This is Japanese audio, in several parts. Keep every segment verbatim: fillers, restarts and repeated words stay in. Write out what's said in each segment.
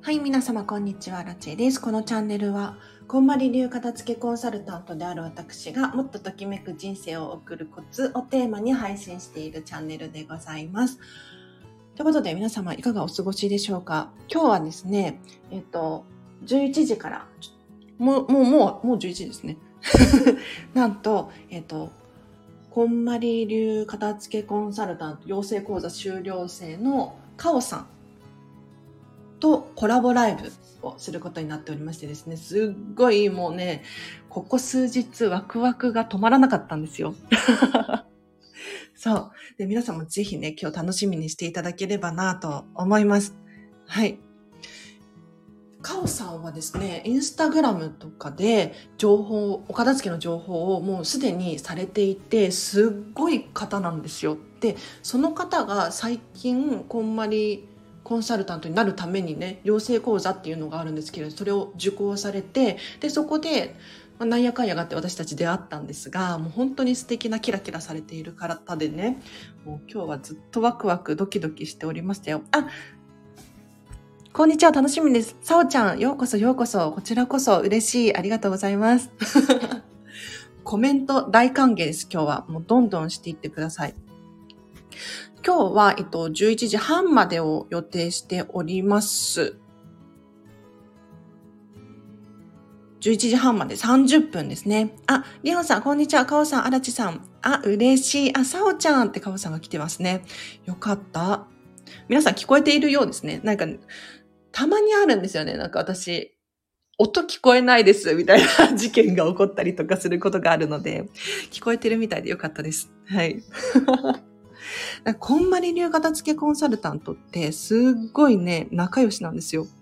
はい、皆様こんにちは、ラチェです。このチャンネルは、こんまり流片付けコンサルタントである私がもっとときめく人生を送るコツをテーマに配信しているチャンネルでございます。ということで皆様いかがお過ごしでしょうか。今日はですね、えっと、じゅういちじから、もう、もう、もう、もうじゅういちじですね。なんと、えっと、こんまり流片付けコンサルタント養成講座修了生のカオさんとコラボライブをすることになっておりましてですね、すっごいもうね、ここ数日ワクワクが止まらなかったんですよ。そう。で、皆さんもぜひね、今日楽しみにしていただければなと思います。はい。カオさんはですね、インスタグラムとかで情報、お片付けの情報をもうすでにされていて、すっごい方なんですよ。で、その方が最近、こんまりコンサルタントになるためにね、養成講座っていうのがあるんですけれど、それを受講されて、で、そこで、まあ、なんやかんやがあって私たち出会ったんですが、もう本当に素敵なキラキラされている方でね、もう今日はずっとワクワクドキドキしておりましたよ。あ、こんにちは、楽しみです。さおちゃん、ようこそようこそ、こちらこそ嬉しい、ありがとうございます。コメント大歓迎です、今日は。もうどんどんしていってください。今日は、えっと、じゅういちじはんまでを予定しております。じゅういちじはんまでさんじゅっぷんですね。あ、りおんさん、こんにちは。かおさん、あらちさん。あ、嬉しい。あ、さおちゃんってかおさんが来てますね。よかった。皆さん聞こえているようですね。なんか、たまにあるんですよね。なんか私、音聞こえないです、みたいな事件が起こったりとかすることがあるので、聞こえてるみたいでよかったです。はい。こんまり流片付けコンサルタントってすっごいね、仲良しなんですよ。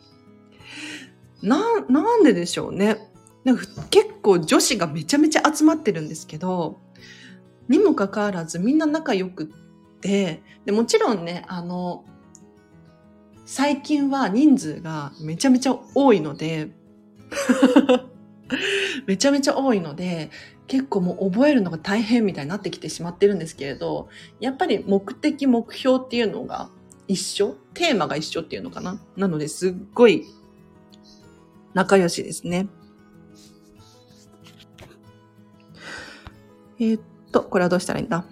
な、なんででしょうね。なんか結構女子がめちゃめちゃ集まってるんですけど、にもかかわらずみんな仲良くって、でもちろんね、あの、最近は人数がめちゃめちゃ多いので、めちゃめちゃ多いので、結構もう覚えるのが大変みたいになってきてしまってるんですけれど、やっぱり目的、目標っていうのが一緒、テーマが一緒っていうのかな。なのですっごい仲良しですね。えー、っと、これはどうしたらいいんだ。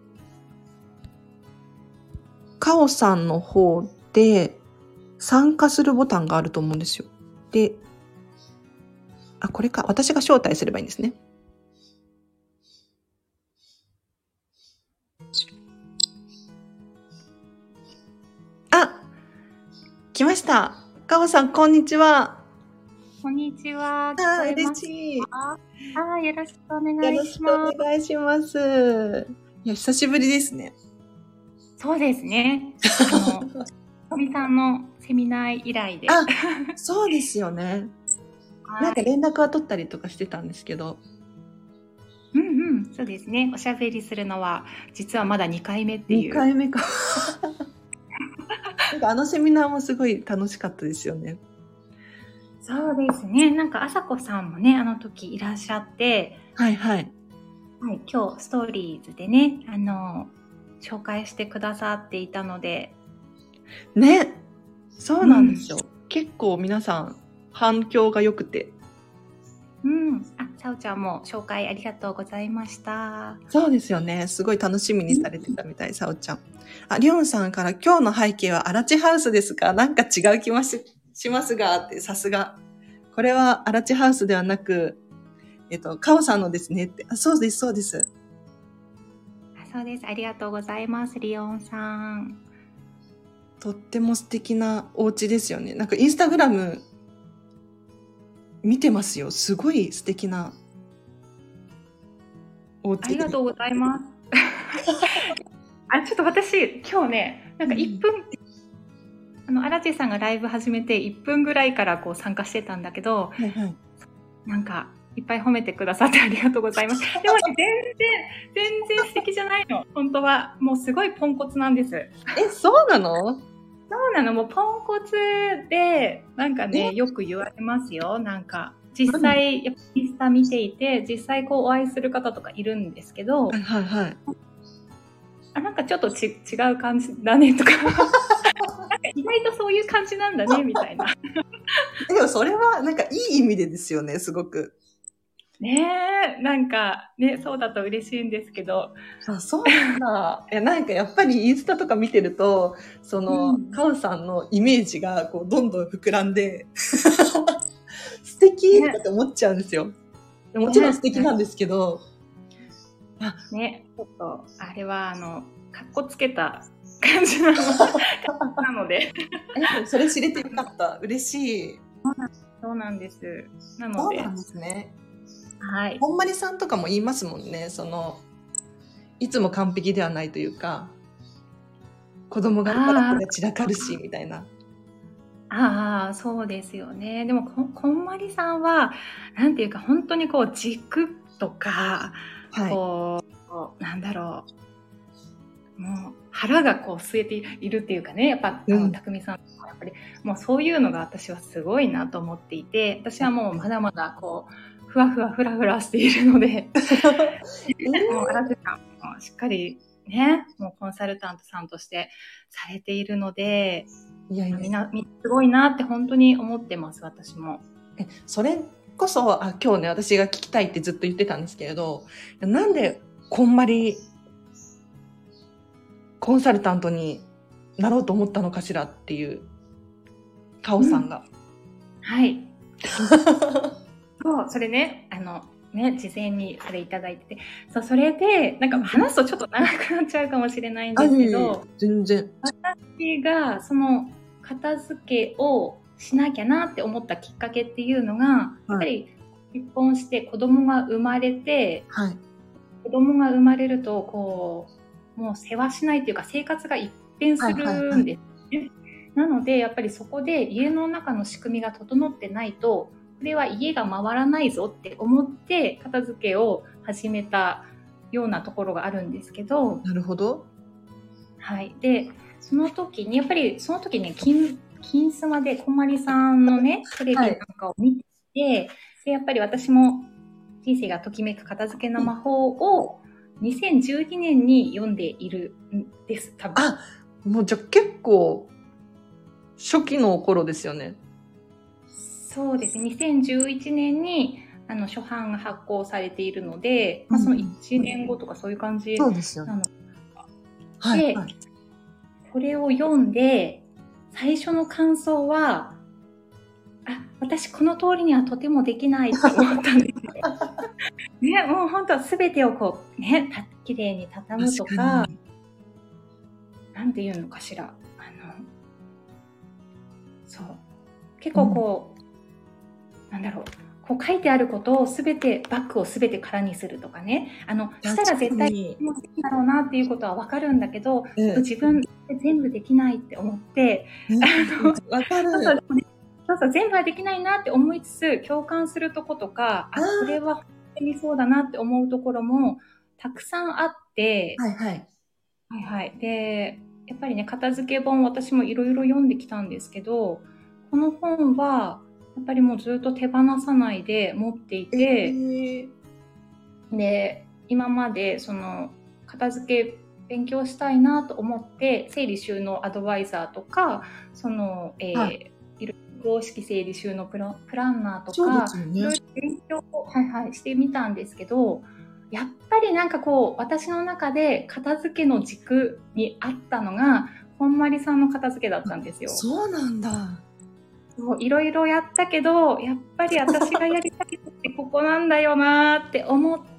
カオさんの方で参加するボタンがあると思うんですよ。で、あ、これか。私が招待すればいいんですね。あ、来ました。カオさん、こんにちは。 こんにちは。 あー、嬉しい。 あー、よろしくお願いします。 よろしくお願いします。いや、久しぶりですね。 そうですね。あの、とみさんのセミナー以来で。 あ、そうですよね。なんか連絡は取ったりとかしてたんですけど。 うんうん、そうですね。おしゃべりするのは、実はまだにかいめっていう。 にかいめか。なんかあのセミナーもすごい楽しかったですよね。 そうですね。なんか、あさこさんもね、あの時いらっしゃって、 はいはい。 はい、今日ストーリーズでね、あの、紹介してくださっていたので。 ね。そうなんですよ。うん、結構皆さん反響が良くて。 うん。あ、さおちゃんも紹介ありがとうございました。 そうですよね。すごい楽しみにされてたみたい、さおちゃん。あ、りょんさんから今日の背景はアラチハウスですか？なんか違う気もしますが、って、さすが。これはアラチハウスではなく、えっと、カオさんのですねって。あ、そうです、そうです。 あ、そうです。ありがとうございます、リオンさん。 とっても素敵なお家ですよね。なんかインスタグラム見てますよ。すごい素敵なお家。 ありがとうございます。あ、ちょっと私、今日ね、なんかいっぷん、うん、あの、荒地さんがライブ始めていっぷんぐらいからこう参加してたんだけど、 はいはい、 なんか、いっぱい褒めてくださってありがとうございます。でも、ね、全然、全然素敵じゃないの。本当は。もうすごいポンコツなんです。え、 そうなの？ そうなの。もうポンコツで、なんかね、よく言われますよ。なんか、実際、やっぱインスタ見ていて、実際こうお会いする方とかいるんですけど、 はいはいはい。 あ、なんかちょっとち違う感じだねとか、なんか意外とそういう感じなんだね、みたいな。 でもそれはなんかいい意味でですよね、すごく。 ねえ、なんかね、そうだと嬉しいんですけど。 あ、そうなんだ。いや、なんかやっぱりインスタとか見てると、その、うん、カウさんのイメージがこうどんどん膨らんで、素敵とかって思っちゃうんですよ。ね、もちろん素敵なんですけど。 ね、ね、ちょっと、あれはあの、かっこつけた感じなのなので。 え、それ知れてよかった。嬉しい。 そうなんです。なので。 そうなんですね。 はい。 ほんまりさんとかも言いますもんね。その、いつも完璧ではないというか、子供がいたらこれ散らかるし、みたいな。 ああ、そうですよね。でもこ、こんまりさんは、なんていうか、本当にこう、軸とか、はい、こう、なんだろう。もう、腹がこう、据えているっていうかね、やっぱ、うん、あの、たくみさんはやっぱり、もうそういうのが私はすごいなと思っていて、私はもうまだまだこう、ふわふわふらふらしているので、もう荒瀬さんもしっかりね、もうコンサルタントさんとしてされているので、いやいやみんな、みんなすごいなって本当に思ってます、私も。 え、それこそ、あ、今日ね、私が聞きたいってずっと言ってたんですけれど、なんでこんまりコンサルタントになろうと思ったのかしらっていう、カオさんが。うん、 はい。そう、それね、あの、ね、事前にそれいただいてて、そう、それで、なんか話すとちょっと長くなっちゃうかもしれないんですけど、 全然。 私が、その、片付けをしなきゃなって思ったきっかけっていうのが、はい、やっぱり結婚して子供が生まれて、はい、子供が生まれると、こう、もう世話しないっていうか生活が一変するんですね。はいはいはい、なので、やっぱりそこで家の中の仕組みが整ってないと、これは家が回らないぞって思って片付けを始めたようなところがあるんですけど。 なるほど。 はい。で、その時に、やっぱりその時ね、金、金スマでこんまりさんのね、テレビなんかを見て、はい、で、やっぱり私も人生がときめく片付けの魔法をにせんじゅうにねんに読んでいるんです、多分。 あ、もうじゃあ結構初期の頃ですよね。 そうですね。にせんじゅういちねんにあの初版が発行されているので、うん、まあ、そのいちねんごとかそういう感じなの。そうですよね。 はいで、はい、これを読んで最初の感想は、あ、私この通りにはとてもできないって思ったんですよ。ね、もう本当すべてをこうね、きれいに畳むとか、なんていうのかしら、あの、そう結構こう。うん、なんだろう、こう書いてあることをすべて、バッグをすべて空にするとかね、あの、したら絶対にだろうなっていうことはわかるんだけど、うん、自分で全部できないって思って、うん、あの、わかる。そうそう、そうそう、全部はできないなって思いつつ、共感するとことか、あ、これは本当にそうだなって思うところもたくさんあって、 はいはい。 はいはい。で、やっぱりね、片付け本私もいろいろ読んできたんですけど、この本は、やっぱりもうずっと手放さないで持っていて、えー、で、今までその片付け勉強したいなと思って整理収納アドバイザーとか、その、えーはい、いろいろ公式整理収納プラプランナーとか、ね、いろいろ勉強を、はいはい、してみたんですけど、やっぱりなんかこう私の中で片付けの軸にあったのがこんまりさんの片付けだったんですよ。 そうなんだ。 いろいろやったけど、やっぱり私がやりたいってここなんだよなって思って、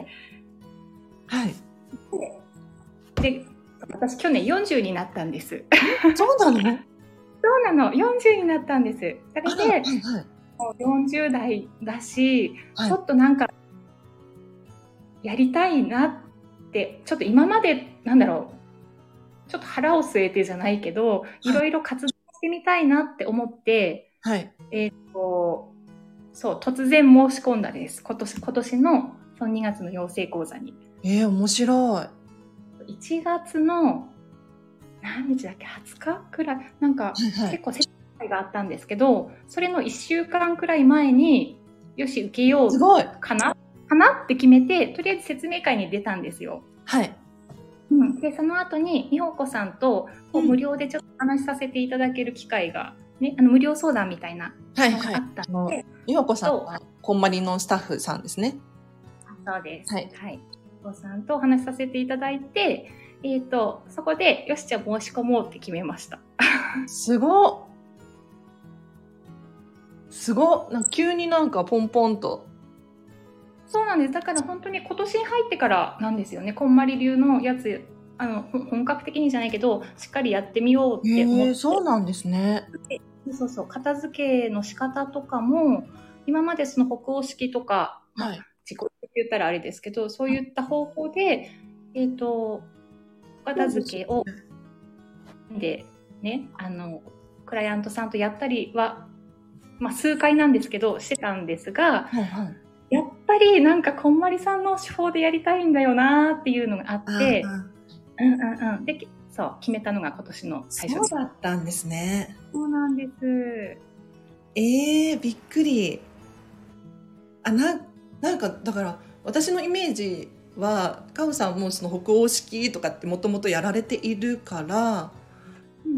はい。 で、私去年よんじゅうになったんです。 そうなの？ そうなの、よんじゅうになったんです。それで、はいはい、もうよんじゅう代だし、はい、ちょっとなんか、やりたいなって、ちょっと今まで、なんだろう、ちょっと腹を据えてじゃないけど、いろいろ活動してみたいなって思って、 はい。 えっと、そう、突然申し込んだです。今年、今年のそのにがつの養成講座に。 えー、面白い。いちがつの何日だっけ、はつかくらい、なんか、はいはい、結構説明会があったんですけど、それのいっしゅうかんくらい前に、よし、受けようかなかなって決めて、とりあえず説明会に出たんですよ。 はい。 ううん、でその後に美穂子さんとこう無料でちょっと話しさせていただける機会が、ね、あの無料相談みたいなはいはい。 のがあったので、 美穂子さんはこんまりのスタッフさんですね。 そうです。 はい。はい。美穂子さんとお話しさせていただいて、えっと、そこで、よし、じゃあ申し込もうって決めました。 すごっ。すごっ。なんか急になんかポンポンと。 そうなんです。だから本当に今年に入ってからなんですよね。こんまり流のやつ、あの、本格的にじゃないけど、しっかりやってみようって思って。 へー、そうなんですね。 そうそう。片付けの仕方とかも、今までその北欧式とか、 はい。 自己って言ったらあれですけど、そういった方法で、えっと、片付けを、で、ね、あの、クライアントさんとやったりは、まあ、数回なんですけど、してたんですが、 はいはい。 やっぱりなんかこんまりさんの手法でやりたいんだよなっていうのがあって、うんうんうん。で、そう、決めたのが今年の最初です。 そうだったんですね。 そうなんです。 えー、びっくり。あ、な、なんか、だから、私のイメージは、カウさんもその北欧式とかってもともとやられているから、 うんうん、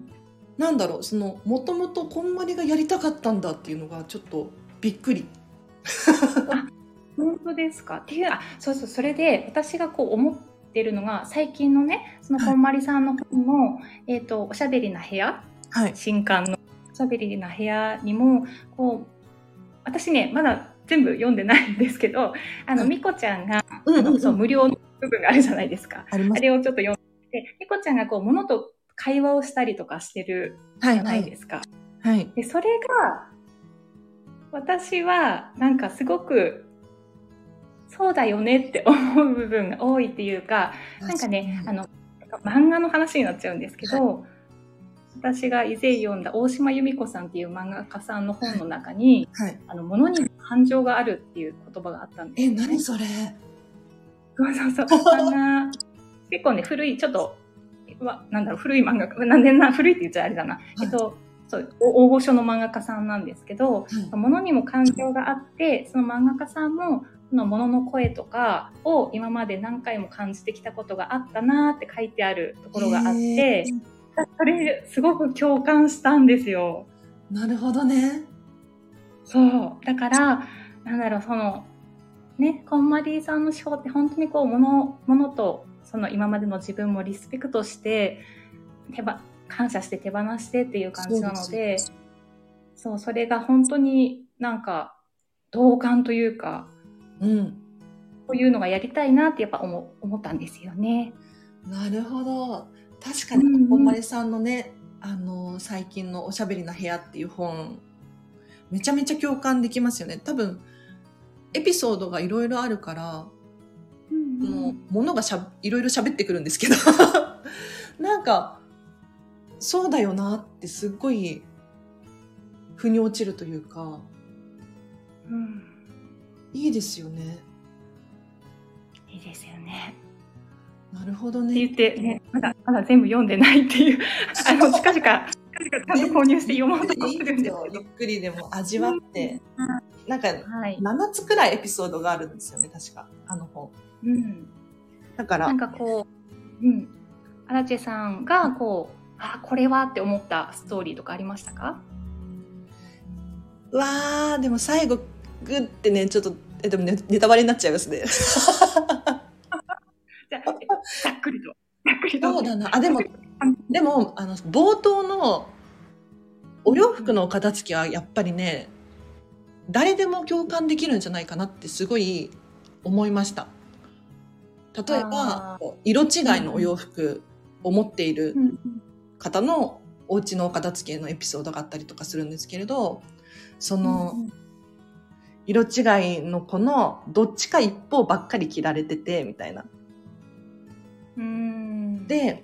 なんだろう、その、もともとこんまりがやりたかったんだっていうのがちょっとびっくり。 あ、本当ですかっていう、あ、そうそう、それで私がこう思ってるのが、最近のね、そのこんまりさんの本の、はい、えっと、おしゃべりな部屋、はい、新刊のおしゃべりな部屋にも、こう、私ね、まだ全部読んでないんですけど、あの、みこちゃんが、うんうんうん、そう、無料の部分があるじゃないですか。あ, あれをちょっと読んで、みこちゃんがこう、物と会話をしたりとかしてるじゃないですか。はい、はい。で、それが、私は、なんかすごく、そうだよねって思う部分が多いっていうか、なんかね、あの、漫画の話になっちゃうんですけど、はい、私が以前読んだ大島由美子さんっていう漫画家さんの本の中に、はいはい、あの、物に感情があるっていう言葉があったんですよ、ね。 え、何それ？ そうそうそう。漫画、結構ね、古い、ちょっと、なんだろう、古い漫画、なんでな、古いって言っちゃあれだな。はい、えっと、そう大御所の漫画家さんなんですけど、はい、物にも感情があって、その漫画家さんも、その物の声とかを今まで何回も感じてきたことがあったなって書いてあるところがあって、それすごく共感したんですよ。 なるほどね。 そう。だから、なんだろう、その、ね、こんまりさんの手法って本当にこう、物、物と、その今までの自分もリスペクトして、手ば、感謝して手放してっていう感じなので、そう、そう、それが本当になんか、同感というか、うん。こういうのがやりたいなってやっぱ思、思ったんですよね。 なるほど。確かに、こんまりさんのね、あの、最近のおしゃべりな部屋っていう本、めちゃめちゃ共感できますよね。多分、エピソードがいろいろあるから、うんうん、もう、ものがしゃ、いろいろ喋ってくるんですけど、なんか、そうだよなってすっごい、腑に落ちるというか、うん、いいですよね。 いいですよね。 なるほどね。 って言ってね、まだ、まだ全部読んでないっていう、あの、近々、近々ちゃんと購入して読もうと思ってるんですよ。 ゆっくりでも味わって、うん、なんか、ななつくらいエピソードがあるんですよね、確か、あの本。うん。だから。 なんかこう、うん。アラチェさんが、こう、あ、これはって思ったストーリーとかありましたか？ うわー、でも最後、グッてね、ちょっと、え、でもね、ネタバレになっちゃいますね。 じゃあ、ざっくりと。ざっくりと。 そうだな。あ、でも、でも、あの、冒頭のお洋服の片付きはやっぱりね、誰でも共感できるんじゃないかなってすごい思いました。例えば、色違いのお洋服を持っている方のお家のお片付けのエピソードがあったりとかするんですけれど、その、色違いの子のどっちか一方ばっかり着られてて、みたいな。うーんで、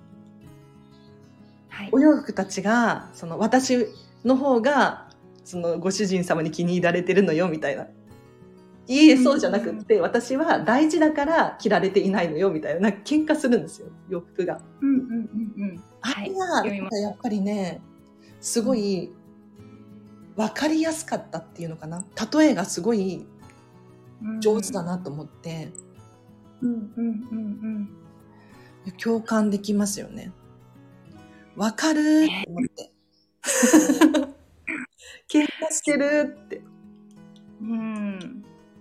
はい、お洋服たちが、その私の方が、そのご主人様に気に入られてるのよ、みたいな。いいえ、そうじゃなくって、私は大事だから着られていないのよ、みたいな。なんか喧嘩するんですよ、洋服が。うんうんうんうん。あれが、やっぱりね、すごい、わかりやすかったっていうのかな。例えがすごい上手だなと思って。うんうんうんうん。 共感できますよね。わかるーって思って。喧嘩してるって。 うん。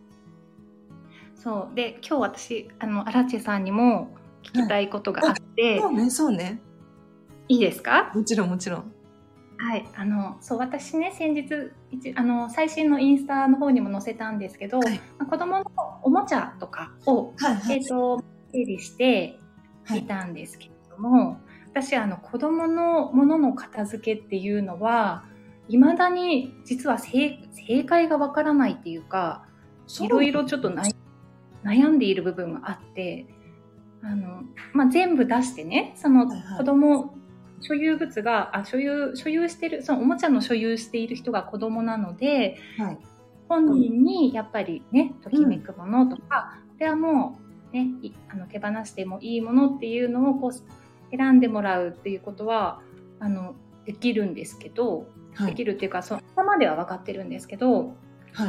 そう。で、今日私、あの、アラチェさんにも聞きたいことがあって。 そうね、そうね。 いいですか？ もちろん、もちろん。はい。 あの、そう、私ね、先日、あの、最新のインスタの方にも載せたんですけど、はい、子供のおもちゃとかを、はいはい、えっと、整理していたんですけれども、はい、私、あの、子供のものの片付けっていうのは、未だに実は正、正解がわからないっていうか、いろいろちょっと悩んでいる部分があって、あの、まあ、全部出してね、その子供、はいはい、所有物が、あ、所有、所有してる、そのおもちゃの所有している人が子供なので、はい、本人にやっぱりね、ときめくものとか、うん、これはもうね、あの手放してもいいものっていうのをこう選んでもらうっていうことは、あの、できるんですけど、はい、できるっていうか、その頭では分かってるんですけど、はい。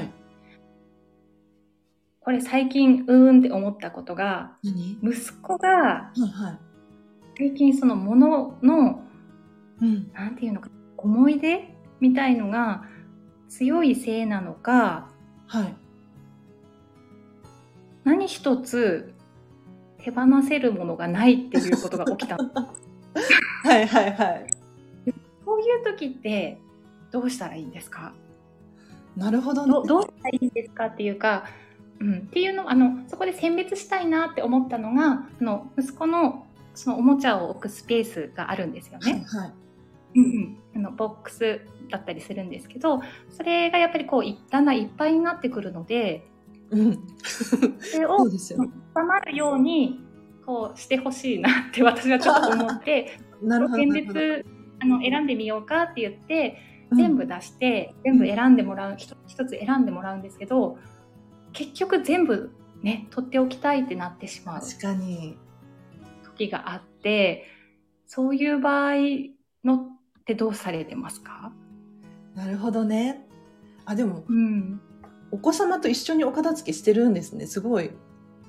これ最近うーんって思ったことが、息子が、はいはい、最近そのものの、うん、なんていうのか、思い出みたいのが強いせいなのか、はい、何一つ手放せるものがないっていうことが起きた。 はいはいはい。 そういう時ってどうしたらいいんですか？ なるほどね。 ど, どうしたらいいんですかっていうか、うん、っていうのあのそこで選別したいなって思ったのが、あの息子のそのおもちゃを置くスペースがあるんですよね。はいはい、うんうん、あのボックスだったりするんですけど、それがやっぱりこうだんだんいっぱいになってくるので、うん、それを収まるようにこうしてほしいなって私はちょっと思ってなるほど選別あの選んでみようかって言って全部出して、うん、全部選んでもらう、一つつ選んでもらうんですけど、結局全部ね取っておきたいってなってしまう確かに時があって、そういう場合のってどうされてますか？ なるほどね。あ、でも、うん、お子様と一緒にお片付けしてるんですね。すごい。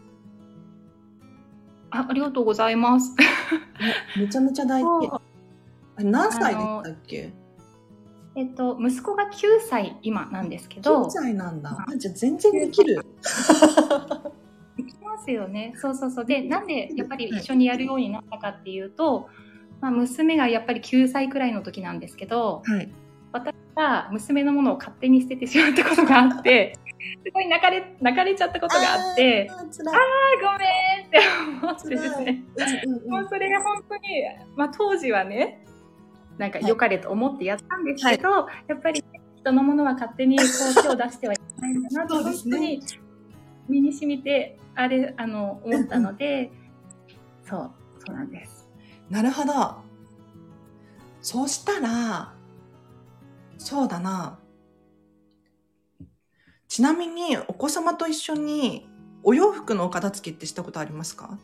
あ、ありがとうございます。 めちゃめちゃ大事。何歳でしたっけ？ えっと、息子がきゅうさい今なんですけど。 きゅうさいなんだ。あ、じゃあ全然できる。 できますよね。そうそうそう。で、なんでやっぱり一緒にやるようになったかっていうと、まあ、娘がやっぱりきゅうさいくらいの時なんですけど、はい、私が娘のものを勝手に捨ててしまったことがあって、すごい泣かれ、泣かれちゃったことがあって、ああ、ごめんって思ってですね。もうそれが本当に、まあ当時はね、なんか良かれと思ってやったんですけど、はい、やっぱり人のものは勝手にこう手を出してはいけないんだなと本当に身に染みてあれあの思ったので、そうそうなんです。 なるほど。そうしたらそうだな。ちなみにお子様と一緒にお洋服のお片付けってしたことありますか？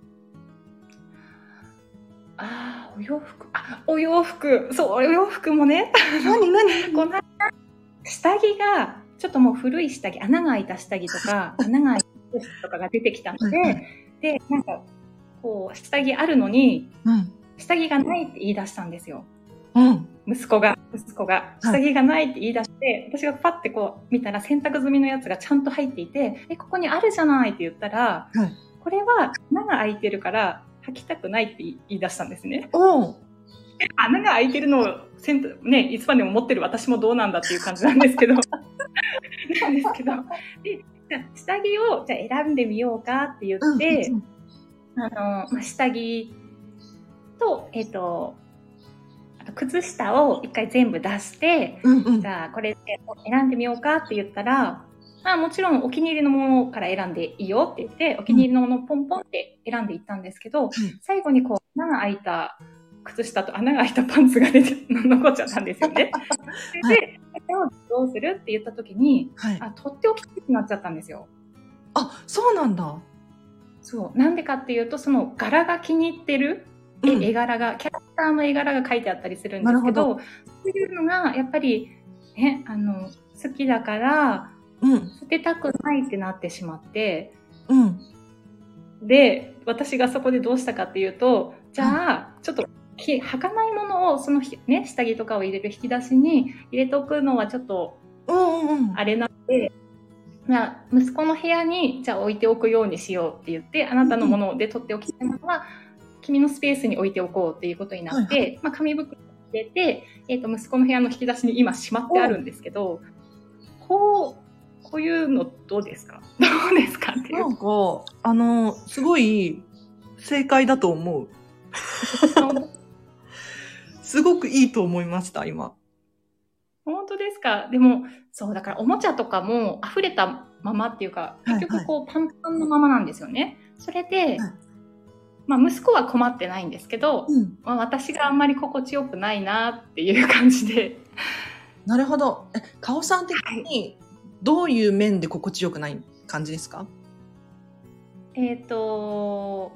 ああ、お洋服。あ、お洋服。そう、お洋服もね。 何何この間、下着が、ちょっともう古い下着、穴が開いた下着とか、穴が開いた下着とかが出てきたので、はいはい、で、なんか、こう、下着あるのに、うん、下着がないって言い出したんですよ。うん。息子が、息子が、下着がないって言い出して、はい、私がパッてこう見たら洗濯済みのやつがちゃんと入っていて、え、ここにあるじゃないって言ったら、はい、これは穴が開いてるから、履きたくないって言い出したんですね。 お穴が開いてるのをね、いつまでも持ってる私もどうなんだっていう感じなんですけど。なんですけど。で、じゃあ下着をじゃあ選んでみようかって言って、うんうん、あの、まあ、下着と、えっと、あと靴下を一回全部出して、うんうん、じゃあこれ選んでみようかって言ったら、まあ、もちろんお気に入りのものから選んでいいよって言って、お気に入りのものをポンポンって選んでいったんですけど、うん、最後にこう穴が開いた靴下と穴が開いたパンツが出て残っちゃったんですよね。で、はい、これをどうするって言った時に、はい、あ、取っておきたくなっちゃったんですよ。 あ、そうなんだ。 そう。なんでかっていうと、その柄が気に入ってる、うん、絵柄が、キャラクターの絵柄が書いてあったりするんですけど、そういうのがやっぱり、ね、あの、好きだから、うん、捨てたくないってなってしまって、うん、 で、私がそこでどうしたかっていうと、じゃあ、ちょっと、履かないものを、その、ね、下着とかを入れる引き出しに入れておくのはちょっと、あれなので、まあ、息子の部屋に、じゃあ置いておくようにしようって言って、あなたのもので取っておきたいものは、君のスペースに置いておこうっていうことになって、はいはい、まあ、紙袋に入れて、えっと、息子の部屋の引き出しに今しまってあるんですけど、こう、こういうのどうですか？どうですかっていう。 なんか、あの、すごい正解だと思う。すごくいいと思いました、今。 本当ですか？でも、そう、だからおもちゃとかも溢れたままっていうか、結局こう、パンパンのままなんですよね。はいはい、それで、はい、まあ、息子は困ってないんですけど、うんまあ、私があんまり心地よくないなっていう感じで。 なるほど。え、かおさん的にどういう面で心地よくない感じですか？ えっと、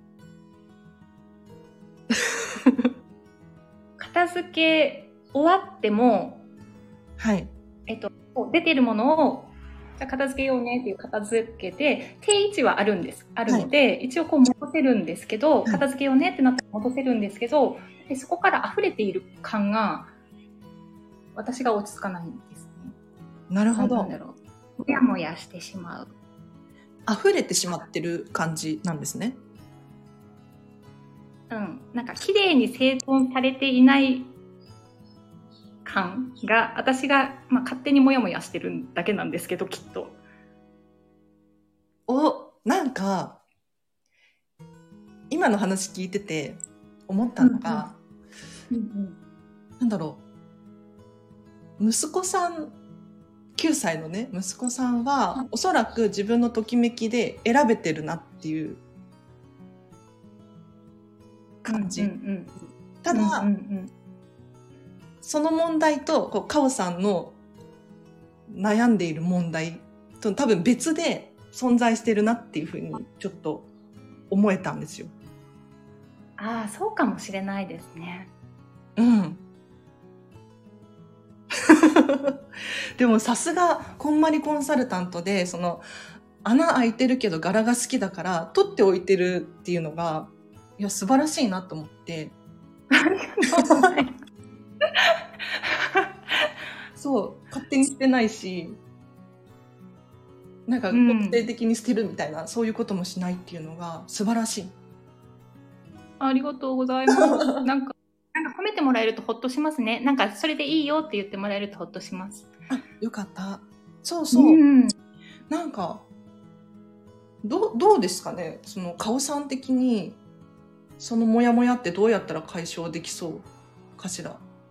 片付け終わっても、 はい。 えっと、出てるものを、じゃあ片付けようねっていう片付けて、定位置はあるんです。あるので、はい、一応こう戻せるんですけど、はい、片付けようねってなったら戻せるんですけど、でそこから溢れている感が、私が落ち着かないんですね。 なるほど。 なんだろう。もやもやしてしまう。 溢れてしまってる感じなんですね。 うん。なんか綺麗に整頓されていない感が、私が、まあ、勝手にモヤモヤしてるだけなんですけど、きっと。 お、なんか、今の話聞いてて思ったのが、うんうんうんうん、なんだろう、息子さん、きゅうさいのね、息子さんは、うん、おそらく自分のときめきで選べてるなっていう感じ。うんうんうん、ただ、うんうんうんその問題と、こう、かおさんの悩んでいる問題と多分別で存在してるなっていうふうにちょっと思えたんですよ。 ああ、そうかもしれないですね。 うん。でもさすがこんまりコンサルタントで、その穴開いてるけど柄が好きだから取っておいてるっていうのが、いや素晴らしいなと思って。そう、勝手に捨てないし、なんか特定的に捨てるみたいな、うん、そういうこともしないっていうのが素晴らしい。 ありがとうございます。なんか、なんか褒めてもらえるとほっとしますね。なんかそれでいいよって言ってもらえるとほっとします。 あ、よかった。そうそう。うん、なんか、ど、どうですかね、そのかおさん的に、そのモヤモヤってどうやったら解消できそうかしら。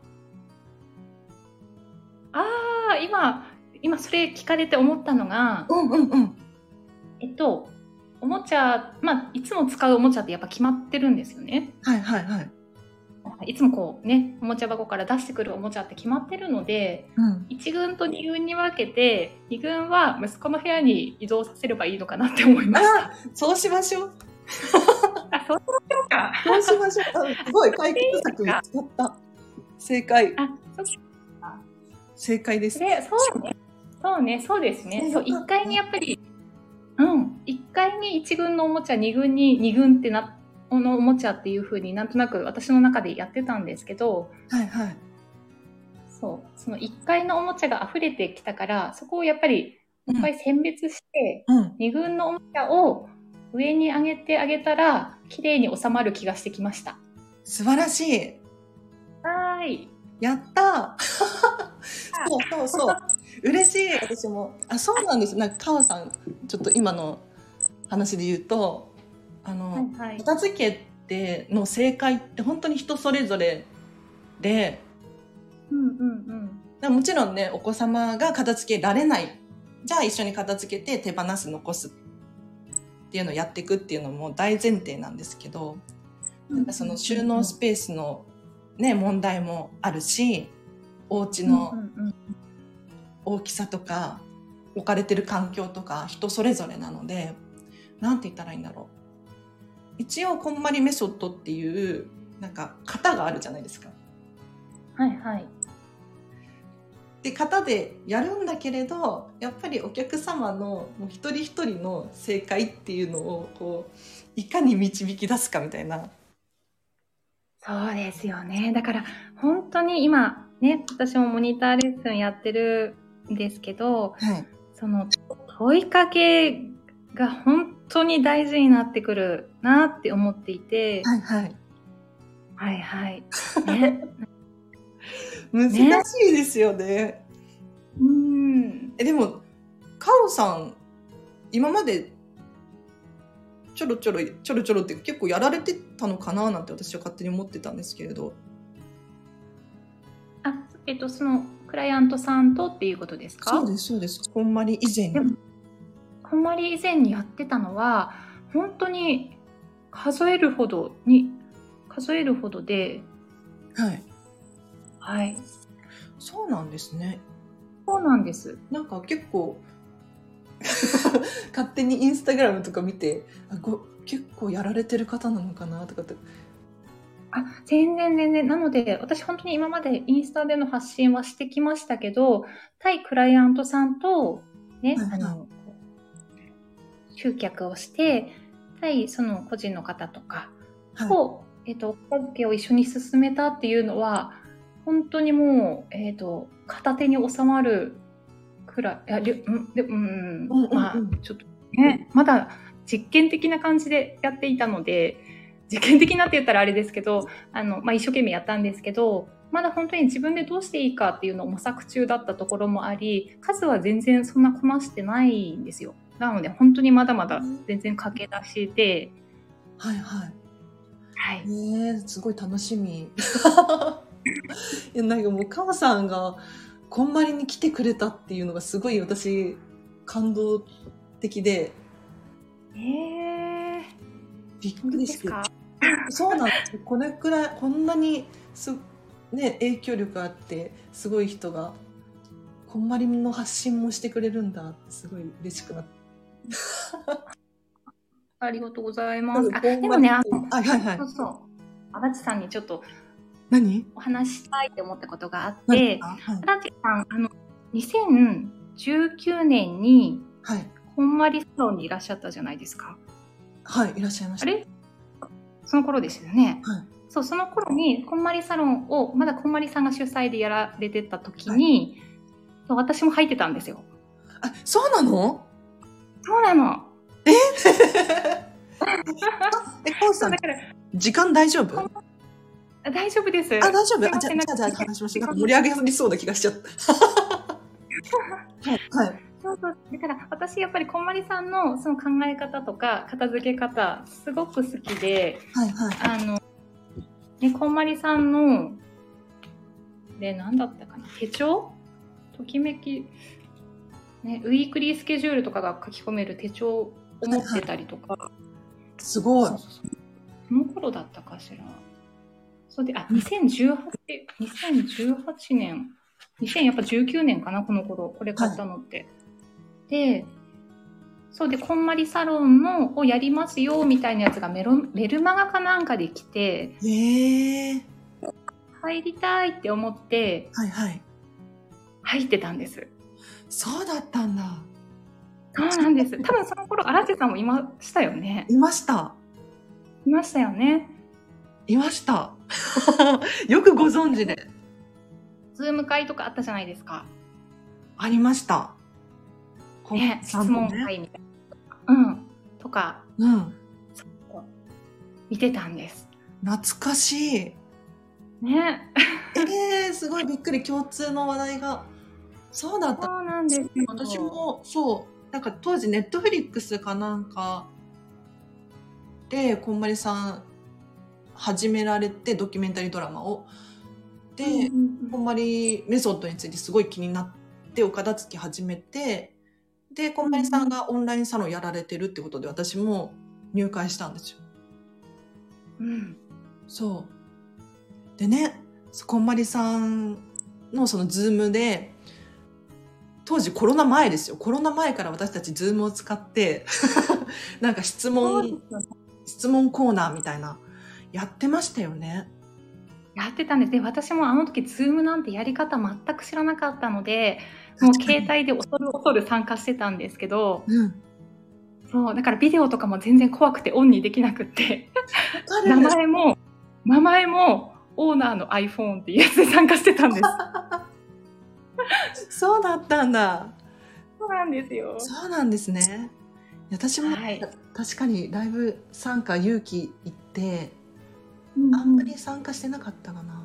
ああ、今、今それ聞かれて思ったのが、 うんうんうん。 えっと、おもちゃ、まあ、いつも使うおもちゃってやっぱ決まってるんですよね。 はいはいはい。 いつもこうね、おもちゃ箱から出してくるおもちゃって決まってるので、うん、いち軍とに軍に分けて、に軍は息子の部屋に移動させればいいのかなって思いました。 そうしましょう。 あ、そうしましょうか。 そうしましょう。すごい解決策見つかった。正解。 あ、そうか。 正解です。 で、そうね。そうね、そうですね。そう、いっかいにやっぱり、うん、いっかいにいち軍のおもちゃ、に軍にに軍ってな、のおもちゃっていう風になんとなく私の中でやってたんですけど、 はいはい。 そう、そのいっかいのおもちゃが溢れてきたから、そこをやっぱりもう一回選別して、うん、に軍のおもちゃを上に上げてあげたら、綺麗に収まる気がしてきました。 素晴らしい。 はーい。 やったそうそうそう。嬉しい、私も。あ、そうなんです。なんか、かおさん、ちょっと今の話で言うと、あの、はいはい、片付けての正解って本当に人それぞれで、 うんうんうん、 もちろんね、お子様が片付けられない。じゃあ一緒に片付けて手放す、残すっていうのをやっていくっていうのも大前提なんですけど、なんかその収納スペースのね、問題もあるし、お家の大きさとか、置かれてる環境とか人それぞれなので、なんて言ったらいいんだろう。一応こんまりメソッドっていうなんか型があるじゃないですか。 はいはい。っって方でやるんだけれど、やっぱりお客様のもう一人一人の正解っていうのをこういかに導き出すかみたいな。 そうですよね。だから本当に今ね、私もモニターレッスンやってるんですけど、 はい、その問いかけが本当に大事になってくるなって思っていて、 はいはいはいはいね難しいですよね。ね、うん。えでもカオさん今までちょろちょろちょろちょろって結構やられてたのかななんて私は勝手に思ってたんですけれど。 あ、えっとそのクライアントさんとっていうことですか？ そうですそうです。こんまり以前に。 こんまり以前にやってたのは本当に数えるほどに数えるほどで、 はいはい。 そうなんですね。 そうなんです。 なんか結構勝手にインスタグラムとか見て、あご結構やられてる方なのかなとかって。 あ、全然全然。なので私本当に今までインスタでの発信はしてきましたけど、対クライアントさんとね、はいはい、あの集客をして対その個人の方とかを、はい、えっと、お片付けを一緒に進めたっていうのは本当にもう、えっと、片手に収まるくらい、いや、で、うん、で、うん、うんうん、まあ、ちょっとね、まだ実験的な感じでやっていたので、実験的なって言ったらあれですけど、あの、まあ、一生懸命やったんですけど、まだ本当に自分でどうしていいかっていうのを模索中だったところもあり、数は全然そんなこなしてないんですよ。なので本当にまだまだ全然駆け出しで、 うん、はいはい。 はい。 ねえ、すごい楽しみ。いや、なんかもう、かおさんが、こんまりに来てくれたっていうのがすごい私、感動的で。 えー、 びっくりして。そうなんですよ。これくらい、こんなにす、ね、影響力あって、すごい人が、こんまりの発信もしてくれるんだって、すごい嬉しくなって。 ありがとうございます。あ、でもね、あの、 はいはいはい。 そうそう。足立さんにちょっと、 何お話したいと思ったことがあって、足立さん、あの、にせんじゅうきゅうねんに、はい。こんまりサロンにいらっしゃったじゃないですか。 はい、いらっしゃいました。 あれその頃ですよね。はい。そう、その頃に、こんまりサロンを、まだこんまりさんが主催でやられてた時に、はい、私も入ってたんですよ。 あ、そうなの？ そうなの。 ええ、コウさん、時間大丈夫？ 大丈夫です。 あ、大丈夫。あ、じゃあ、じゃあ、話しましょう。なんか盛り上げりそうな気がしちゃった。はい。はい。 そうそう。だから、私、やっぱりこんまりさんのその考え方とか、片付け方、すごく好きで、はいはい。あの、ね、こんまりさんの、で、何だったかな、手帳？ときめき、ね、ウィークリースケジュールとかが書き込める手帳を持ってたりとか。はいはい、 すごい。そうそうそう。 その頃だったかしら。そうで、あ、にせんじゅうはち、にせんじゅうはちねん、にせんじゅうきゅうねんかな、この頃、これ買ったのって。はい、で、そうで、こんまりサロンのをやりますよ、みたいなやつがメロメルマガかなんかで来て、 へー。 入りたいって思って、 はいはい。 入ってたんです。 そうだったんだ。 そうなんです。多分その頃、荒地さんもいましたよね。 いました。 いましたよね。 いました。よくご存知で。 ズーム会とかあったじゃないですか。 ありました。 ね、質問会みたいな。うん。とか。 うん。 見てたんです。 懐かしい。 ね。 えー、すごいびっくり。共通の話題が。そうだった。 そうなんです。 私も、そう。なんか当時ネットフリックスかなんかで、こんまりさん始められて、ドキュメンタリードラマを。で、うんうんうん、こんまりメソッドについてすごい気になってお片付け始めて、で、こんまりさんがオンラインサロンやられてるってことで私も入会したんですよ。 うん。 そう。でね、こんまりさんのそのズームで、当時コロナ前ですよ。コロナ前から私たちズームを使って、なんか質問、質問コーナーみたいな、やってましたよね。 やってたんです。で、私もあの時、ズームなんてやり方全く知らなかったので、もう携帯で恐る恐る参加してたんですけど、 うん。 そう、だからビデオとかも全然怖くてオンにできなくって、名わかる。 前も、名前もオーナーの iPhone っていうやつで参加してたんです。 そうだったんだ。 そうなんですよ。 そうなんですね。私も、 はい。 確かにライブ参加勇気行って、 うんあんまうん。 り参加してなかったかな。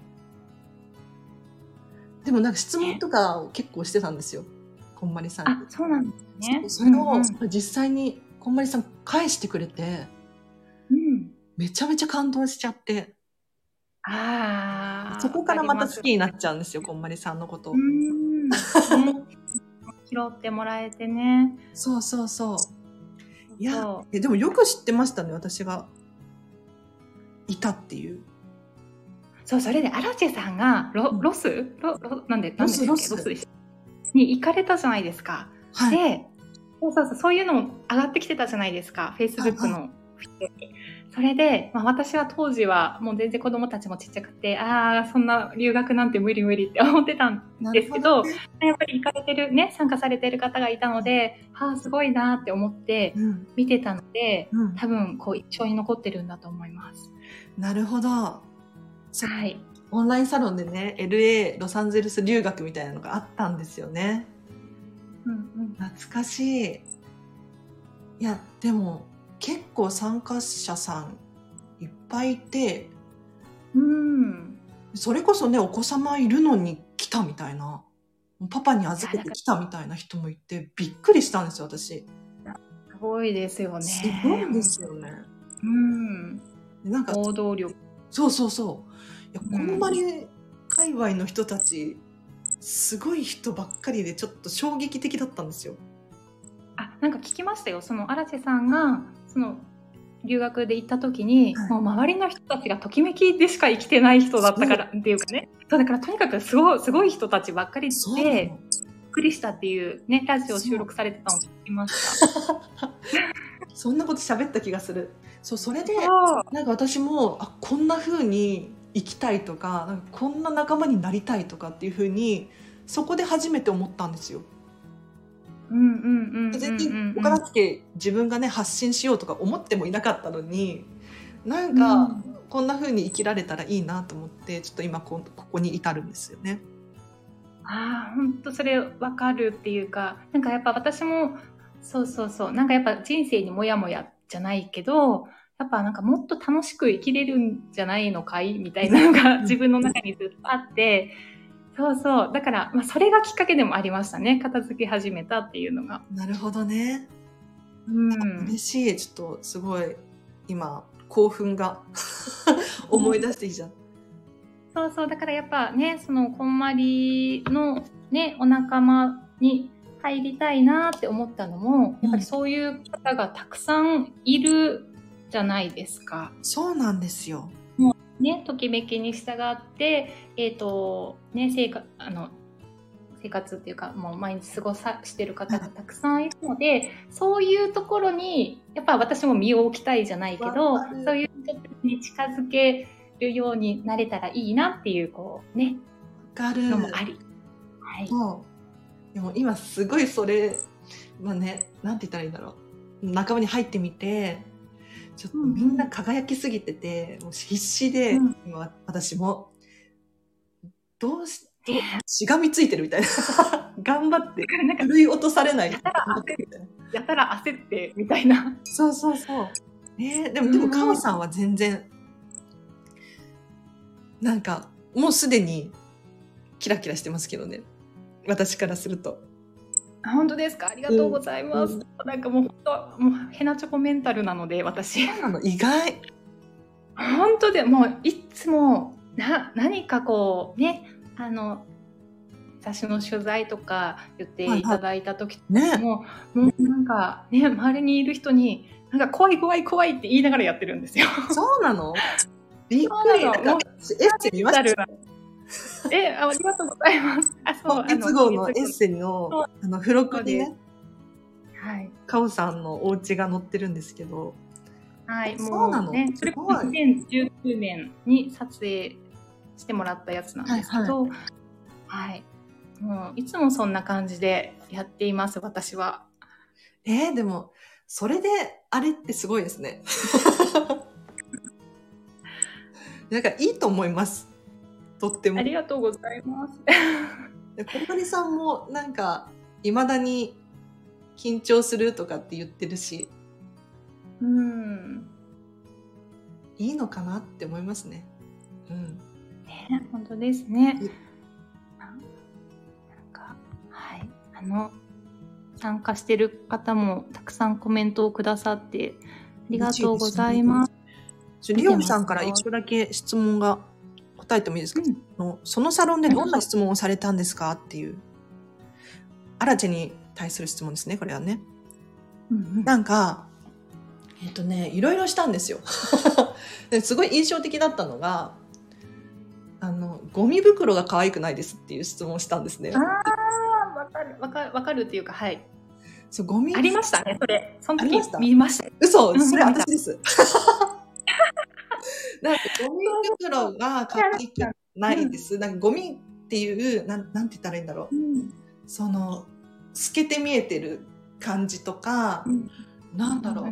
でもなんか質問とかを結構してたんですよ。こんまりさんに。 あ、そうなんですね。 それをうんうん。 実際にこんまりさん返してくれて、 うん。 めちゃめちゃ感動しちゃって、 ああ、 そこわからまたかります。 好きになっちゃうんですよ、こんまりさんのことうーを。 ん。ね。拾ってもらえてね。 そうそうそう。いや、 そえでもよく知ってましたね、私がいたっていう。 う。そう、それでアラチェさんがロ、 うんロスロ、ロ、なんで、なロんでしたっけ、 スロス。 ロスでしたに行かれたじゃないですか。 はい。 で、そうそうそう、そういうのも上がってきてたじゃないですか。 はい Facebook はい。 のフィードに。それで、まあ、私は当時はもう全然子供たちもちっちゃくて、ああ、そんな留学なんて無理無理って思ってたんなるですけど、 ほどね。 やっぱり行かれてるね、参加されてる方がいたので、はあ、すごいなって思ってうん。 見てたので、 うん。 多分こう印象に残ってるんだと思います。 なるほど。そはい。 オンラインサロンでね、エルエー、ロサンゼルス留学みたいなのがあったんですよね。 うんうん。 懐かしい。いや、でも、結構参加者さんいっぱいいて、 うん。 それこそね、お子様いるのに来たみたいな、パパにいや、 預けだからて来たみたいな人もいて、びっくりしたんですよ、私。 すごいですよすね。 ごいですよね。 うん。 でなんか、 行動力。 そうそうそう。いや、 うこんまん。 り界隈の人たち、すごい人ばっかりで、ちょっと衝撃的だったんですよ。 あ、なんか聞きましたよ。その荒瀬さんがその留学で行った時に、 はい。 もう周りの人たちがときめきでしか生きてない人だったそう、 からっていうかね。そうだからとにかくすごいすごい人たちばっかりそうなで、 の。 びっくりしたっていうね、ラジオ収そう。 録されてたのを聞きました。 そんなこと喋った気がする。そう、それで、 そう。 なんか私も、あ、こんな風に生きたいとか、なんかこんな仲間になりたいとかっていう風に、そこで初めて思ったんですよ。 うんうんうん全然、 うんうん岡田助自分がね、発信しようとか思ってもいなかったのに、なんうか、 ん。 こんな風に生きられたらいいなと思って、ちょっと今こ、ここに至るんですよね。 ああ、本当それわかるっていうか、なんかやっぱ私も、そうそうそう、なんかやっぱ人生にモヤモヤじゃないけど、やっぱなんかもっと楽しく生きれるんじゃないのかいみたいなのがうん。 自分の中にずっとあって、そうそう、だから、まあそれがきっかけでもありましたね。片付け始めたっていうのが。 なるほどね。 う嬉ん。 しい。ちょっと、すごい、今、興奮が思い出してきちゃった。 そうそう、だからやっぱね、そのこんまりのね、お仲間に入りたいなって思ったのも、やっぱりうん。 そういう方がたくさんいるじゃないですか。 そうなんですよ。 もうね、ときめきに従って、えっと、ね、生活、あの、生活っていうか、もう毎日過ごさしてる方がたくさんいるので、そういうところに、やっぱ私も身を置きたいじゃないけわど、 かる。 そういう人たちに近づけるようになれたらいいなっていう、こうね、 わかのもる。 あり。はい。 そう。でも今すごいそれ、まあね、なんて言ったらいいんだろう。仲間に入ってみて、ちょっとうんみんなうん。 輝きすぎてて、もう必死うで、 ん。 今私も、どうし、どう、 ねしがみついてるみたいな。頑張って、 だからなんか、 奮い落とされないようやたらに頑張って焦っるみたいな。 やたら焦ってみたいな。 そうそうそう。えー、でうも、でも、かおん。 さんは全然、なんか、もうすでにキラキラしてますけどね。私からすると。 あ、本当ですか？ありがうとうごん。 ざいうます。 ん。 なんかもう本当、もうヘナチョコメンタルなので、私。 そうなの、意外。 本当で、もういつも、な、何かこう、ね、あの、私の取材とか言ってはいはいただいた時い。ね。 も、もうなんかね、周りにいる人に、なんか怖い怖い怖いって言いながらやってるんですよ。 そうなの？びっそうくり。 なの。 なんか、 もう、 エッセイ見ました。 メンタルな。え、あ、ありがとうございます。あ、そう、 今あの、 月号今月号。 のエッセイの、 そう、 あの、付録そうです。 にね、 はい。 かおさんのお家が載ってるんですけど。 はい、 そうなの？ もうね、そすれこそごい。 にせんじゅうきゅうねんに撮影してもらったやつなんですけど、はい、はい、もういつもそんな感じでやっています、私は。 えー、でもそれであれってすごいですね。なんかいいと思います。とっても。 ありがとうございます。 小鳥さんもなんか未だに緊張するとかって言ってるし、 うん、 いいのかなって思いますね。うん。 ね、本当ですね。なんか、はい、あの参加してる方もたくさんコメントをくださってありがとうございます。 リオミさんから一個だけ質問が答えてもいいですか、うん、そのサロンでどんな質問をされたんですかっていう。アラチェに対する質問ですね、これはね。うんうん、なんか、えっとね、いろいろしたんですよ。すごい印象的だったのが、あの、ゴミ袋が可愛くないですっていう質問をしたんですね。 ああ、わかる、わかる、わかるっていうか、はい。 そう、ゴミ。 ありましたね、それ。その時見ました。 嘘、それ私です。なんかゴミ袋が可愛くないです。うん、なんかゴミっていう、なん、なんて言ったらいいんだろう。うん、その、透けて見えてる感じとか、うん、なんだろう、うん。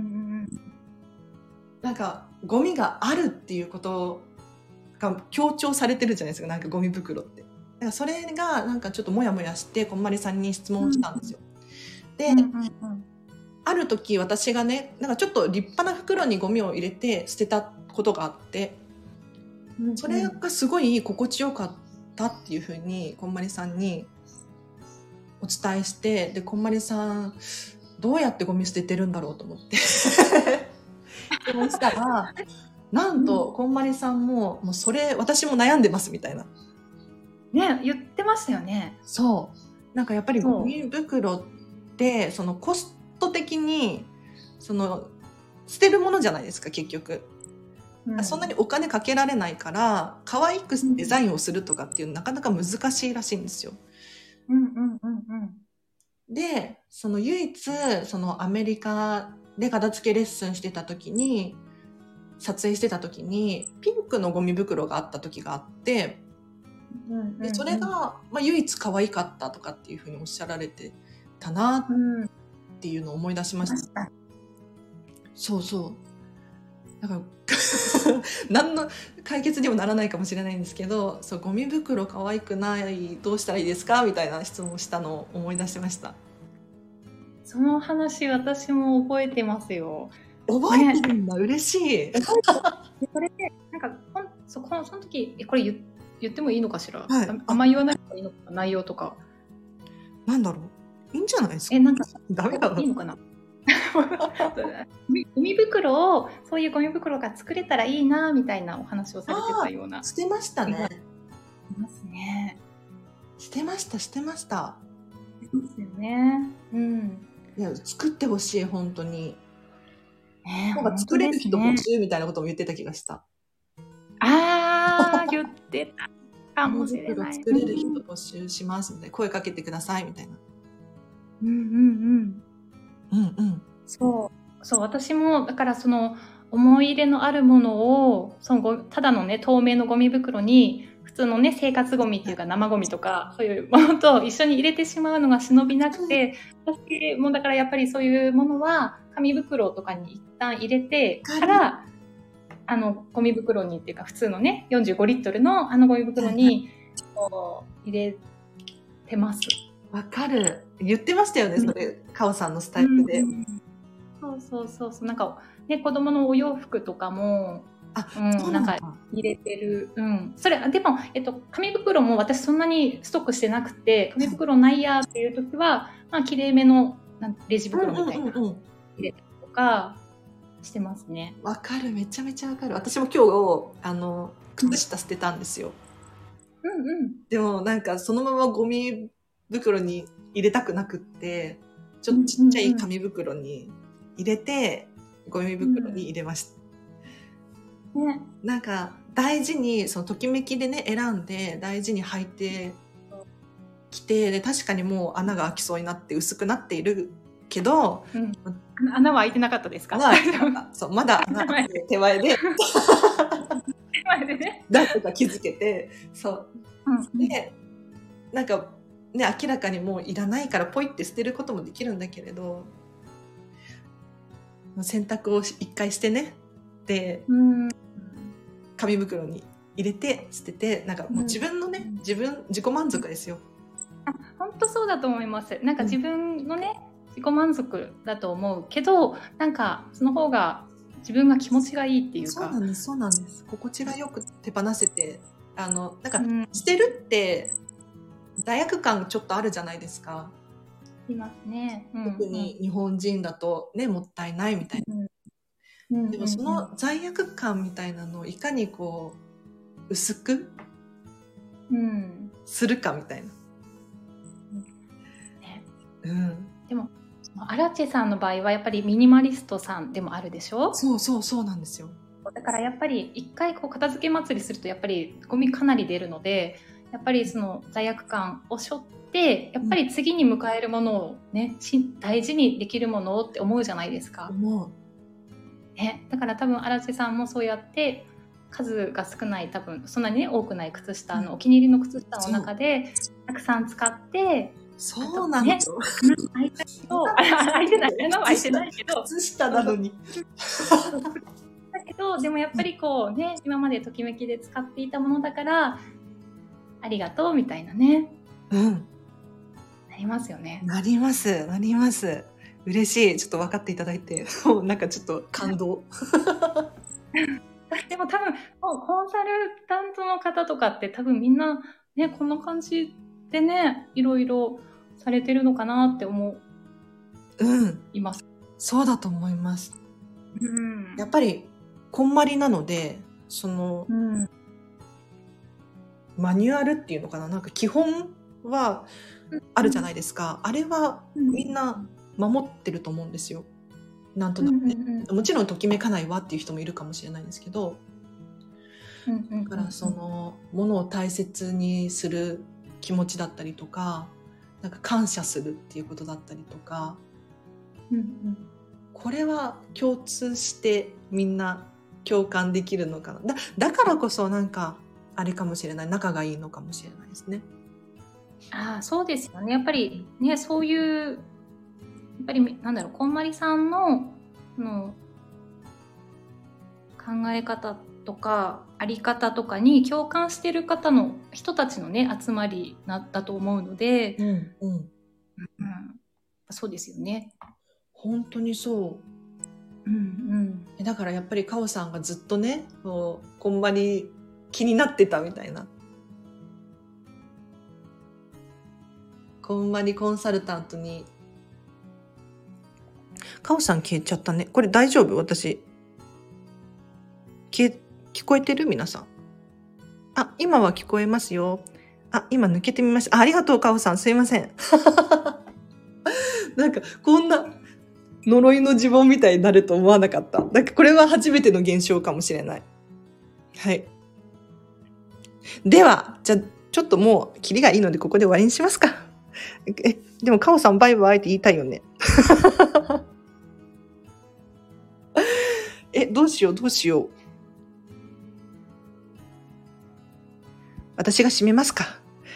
なんか、ゴミがあるっていうことが強調されてるじゃないですか、なんかゴミ袋って。だからそれがなんかちょっとモヤモヤして、こんまりさんに質問したんですよ。うん、で、うんうんうん、ある時私がね、なんかちょっと立派な袋にゴミを入れて捨てたことがあって、それがすごい心地よかったっていうふうにこんまりさんにお伝えして、でこんまりさんどうやってゴミ捨ててるんだろうと思ってそうしたら、なんとこんまりさんも、もうそれ私も悩んでますみたいなね、言ってましたよね。 そう、なんかやっぱりゴミ袋ってそのコスト的にその捨てるものじゃないですか、結局。うん、そんなにお金かけられないから可愛くデザインをするとかっていうのなかなか難しいらしいんですよ。 うんうんうんうん、 で、その唯一そのアメリカで片付けレッスンしてた時に撮影してた時にピンクのゴミ袋があった時があって、うんうんうん、でそれが、まあ、唯一可愛かったとかっていうふうにおっしゃられてたなっていうのを思い出しました。うん、そうそう。だから何の解決にもならないかもしれないんですけど、そう、ゴミ袋可愛くないどうしたらいいですかみたいな質問をしたのを思い出しました。 その話私も覚えてますよ。 覚えてるんだ、ね、嬉しい。 それでなんかほん そ, このその時これ 言, 言ってもいいのかしら、はい、あ, あんま言わない方がいいのか内容とか。 なんだろう、いいんじゃないですか。 え、なんかダメだろ、 いいのかな。ゴミ袋をそういうゴミ袋が作れたらいいなみたいなお話をされてたような。 してましたね。 いますね。 してましたしてました。 ですよね。うん。 いや、作ってほしい本当に。 ね、 なんか作れる人募集みたいなことも言ってた気がした。 ああ、言ってたかもしれない。 作れる人募集しますので声かけてくださいみたいな。 うんうんうん。 うんうん。 そうそう、私もだからその思い入れのあるものをそのごただのね透明のゴミ袋に普通のね生活ゴミっていうか生ゴミとかそういうものと一緒に入れてしまうのが忍びなくて、私もだからやっぱりそういうものは紙袋とかに一旦入れてからあのゴミ袋にっていうか普通のねよんじゅうごリットルのあのゴミ袋にこう入れてます。 わかる、言ってましたよね、それ、うん、カオさんのスタイルで。うん、 そうそうそうそう、なんかね子供のお洋服とかもあ、 うん、なんか入れてる、うん、それでも、えっと、紙袋も私そんなにストックしてなくて紙袋ないやっていう時は、まあ綺麗めのレジ袋みたいな入れたりとかしてますね。 わかる、めちゃめちゃわかる。私も今日あの靴下捨てたんですよ。 うんうん。 でもなんかそのままゴミ袋に入れたくなくって、ちょっとちっちゃい紙袋に入れて、ゴミ袋に入れました。ね、なんか大事にそのときめきでね選んで大事に履いてきて、で確かにもう穴が開きそうになって薄くなっているけど、 うん、穴は開いてなかったですか？ 穴は開いてなかった。そう、まだ穴が手前ででね。 だとか気づけて、そう。 うん、 で、なんか、ね、明らかにもういらないからポイって捨てることもできるんだけれど、洗濯を一回してね、で、 うん、 紙袋に入れて捨てて、なんかもう自分のね、うん、自分、自己満足ですよ。 あ、本当そうだと思います。なんか自分のね、うん、自己満足だと思うけど、なんかその方が自分が気持ちがいいっていうか。 そうなんです、そうなんです。心地がよく手放せて、あの、なんか、捨てるって、罪悪感ちょっとあるじゃないですか。 いますね。うん、 特に日本人だとね、もったいないみたいな。うん、でもその罪悪感みたいなのをいかにこう、薄くするかみたいな。 うんね、 うん。 でも、アラチェさんの場合はやっぱりミニマリストさんでもあるでしょ？ そうそうそうなんですよ。 だからやっぱり一回こう片付け祭りするとやっぱりゴミかなり出るので、やっぱりその罪悪感を背負ってやっぱり次に迎えるものをね、大事にできるものをって思うじゃないですか。 思う。 ね、だから多分荒地さんもそうやって数が少ない多分そんなに、ね、多くない靴下の、うん、お気に入りの靴下の中でたくさん使ってそうなんですよ。 開いたけど開いてない開いてないけど靴下なのにだけどでもやっぱりこうね今までときめきで使っていたものだからありがとうみたいなね、 うん、 なりますよね。 なりますなります。嬉しい。ちょっと分かっていただいて、もうなんかちょっと感動。 でも多分コンサルタントの方とかって多分みんなねこんな感じでねいろいろされてるのかなって思います。 うん、そうだと思います。 うん、 やっぱりこんまりなのでその、うん、マニュアルっていうのかな、なんか基本はあるじゃないですか。うん、あれはみんな守ってると思うんですよ。なんとなくね、うんうんうん、もちろんときめかないわっていう人もいるかもしれないんですけど、 うんうんうんうん、 だからそのものを大切にする気持ちだったりとか、なんか感謝するっていうことだったりとか、 うんうん、 これは共通してみんな共感できるのかな。だ、だからこそなんかあれかもしれない、仲がいいのかもしれないですね。 ああ、そうですよね。やっぱりね、そういうやっぱりなんだろう、こんまりさんの、の考え方とかあり方とかに共感してる方の人たちのね集まりだと思うので、 うんうんうん、 そうですよね。 本当にそう。うんうん、だからやっぱりカオさんがずっとね、こうこんまり気になってたみたいな。こんまりコンサルタントに。カオさん消えちゃったね。これ大丈夫？私。消え、聞こえてる？皆さん。あ、今は聞こえますよ。あ、今抜けてみました。あ、ありがとう、カオさん。すいません。なんか、こんな呪いの呪文みたいになると思わなかった。なんかこれは初めての現象かもしれない。はい。では、じゃあ、ちょっともう、キリがいいので、ここで終わりにしますか。え、でも、カオさんバイバイって言いたいよね。え、どうしよう、どうしよう。私が締めますか。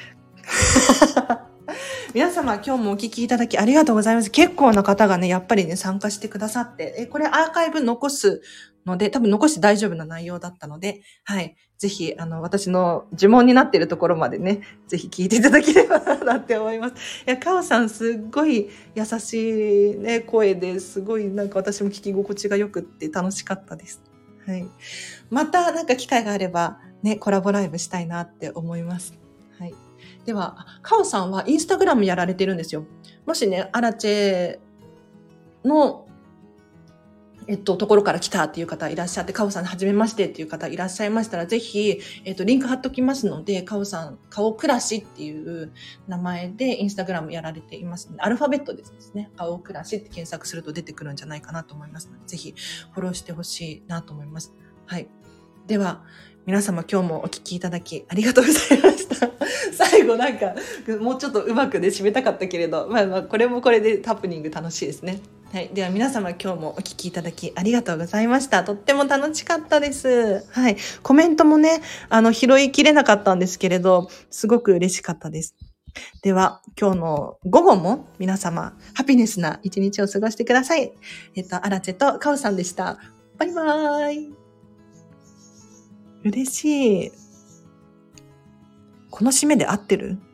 皆様、今日もお聞きいただきありがとうございます。結構な方がね、やっぱりね、参加してくださって、え、これアーカイブ残すので、多分残して大丈夫な内容だったので、はい。ぜひ、あの、私の呪文になっているところまでね、ぜひ聞いていただければなって思います。いや、カオさん、すっごい優しいね、声ですごいなんか私も聞き心地が良くって楽しかったです。はい。また、なんか機会があれば、ね、コラボライブしたいなって思います。はい。では、カオさんはインスタグラムやられてるんですよ。もしね、アラチェの、えっと、ところから来たっていう方いらっしゃって、カオさんはじめましてっていう方いらっしゃいましたら、ぜひ、えっと、リンク貼っときますので、カオさん、顔暮らしっていう名前でインスタグラムやられていますので、アルファベットでですね、顔暮らしって検索すると出てくるんじゃないかなと思いますので、ぜひフォローしてほしいなと思います。はい。では、皆様今日もお聞きいただきありがとうございました。最後なんかもうちょっとうまくね締めたかったけれど、まあまあこれもこれでハプニング楽しいですね。 はい。では皆様今日もお聞きいただきありがとうございました。とっても楽しかったです。はい。コメントもね、あの、拾いきれなかったんですけれど、すごく嬉しかったです。では、今日の午後も皆様、ハピネスな一日を過ごしてください。えっと、アラチェとカオさんでした。バイバーイ。嬉しい。この締めで合ってる？